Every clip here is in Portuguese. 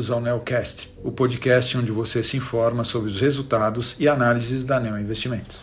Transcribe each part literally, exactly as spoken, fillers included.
bem-vindos ao Neocast, o podcast onde você se informa sobre os resultados e análises da Neo Investimentos.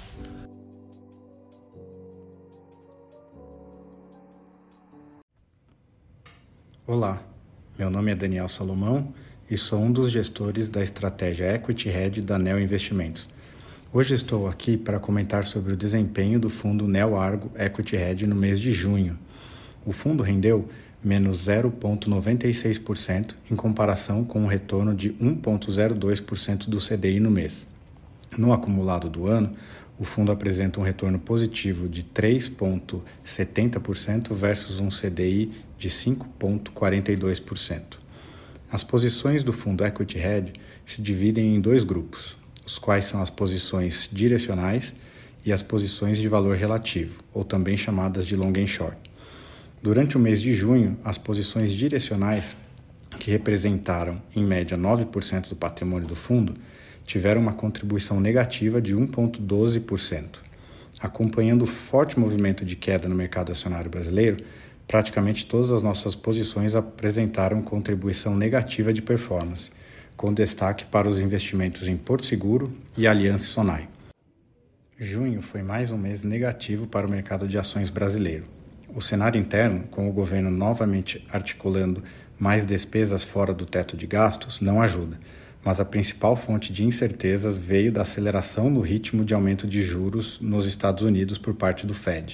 Olá, meu nome é Daniel Salomão e sou um dos gestores da estratégia Equity Hedge da Neo Investimentos. Hoje estou aqui para comentar sobre o desempenho do fundo Neo Argo Equity Hedge no mês de junho. O fundo rendeu menos zero vírgula noventa e seis por cento em comparação com um retorno de um vírgula zero dois por cento do C D I no mês. No acumulado do ano, o fundo apresenta um retorno positivo de três vírgula setenta por cento versus um C D I de cinco vírgula quarenta e dois por cento. As posições do fundo Equity Hedge se dividem em dois grupos, os quais são as posições direcionais e as posições de valor relativo, ou também chamadas de long and short. Durante o mês de junho, as posições direcionais, que representaram em média nove por cento do patrimônio do fundo, tiveram uma contribuição negativa de um vírgula doze por cento. Acompanhando o forte movimento de queda no mercado acionário brasileiro, praticamente todas as nossas posições apresentaram contribuição negativa de performance, com destaque para os investimentos em Porto Seguro e Aliança Sonai. Junho foi mais um mês negativo para o mercado de ações brasileiro. O cenário interno, com o governo novamente articulando mais despesas fora do teto de gastos, não ajuda, mas a principal fonte de incertezas veio da aceleração no ritmo de aumento de juros nos Estados Unidos por parte do Fed.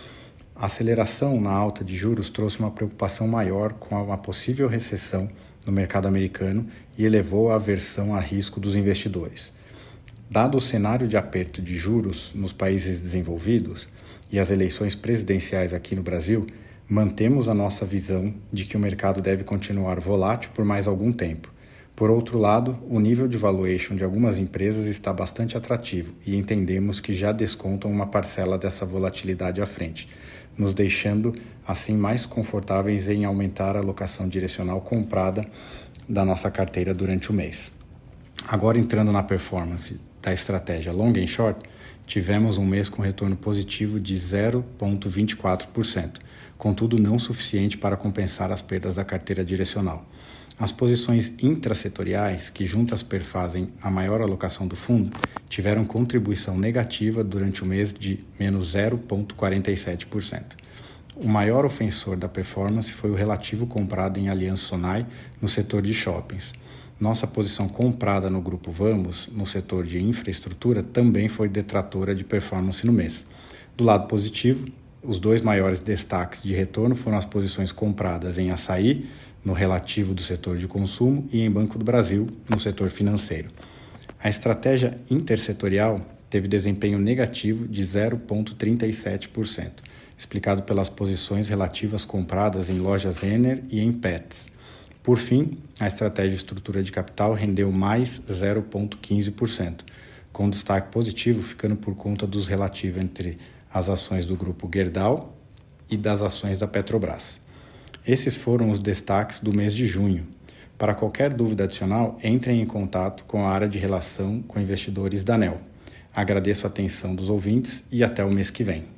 A aceleração na alta de juros trouxe uma preocupação maior com uma possível recessão no mercado americano e elevou a aversão a risco dos investidores. Dado o cenário de aperto de juros nos países desenvolvidos e as eleições presidenciais aqui no Brasil, mantemos a nossa visão de que o mercado deve continuar volátil por mais algum tempo. Por outro lado, o nível de valuation de algumas empresas está bastante atrativo e entendemos que já descontam uma parcela dessa volatilidade à frente, nos deixando assim mais confortáveis em aumentar a alocação direcional comprada da nossa carteira durante o mês. Agora entrando na performance da estratégia long and short, tivemos um mês com retorno positivo de zero vírgula vinte e quatro por cento, contudo não suficiente para compensar as perdas da carteira direcional. As posições intrasetoriais, que juntas perfazem a maior alocação do fundo, tiveram contribuição negativa durante o mês de menos zero vírgula quarenta e sete por cento. O maior ofensor da performance foi o relativo comprado em Aliança Sonai no setor de shoppings. Nossa posição comprada no Grupo Vamos, no setor de infraestrutura, também foi detratora de performance no mês. Do lado positivo, os dois maiores destaques de retorno foram as posições compradas em Assaí, no relativo do setor de consumo, e em Banco do Brasil, no setor financeiro. A estratégia intersetorial teve desempenho negativo de zero vírgula trinta e sete por cento, explicado pelas posições relativas compradas em lojas Renner e em Pets. Por fim, a estratégia estrutura de capital rendeu mais zero vírgula quinze por cento, com destaque positivo ficando por conta dos relativos entre as ações do grupo Gerdau e das ações da Petrobras. Esses foram os destaques do mês de junho. Para qualquer dúvida adicional, entrem em contato com a área de relação com investidores da Neo. Agradeço a atenção dos ouvintes e até o mês que vem.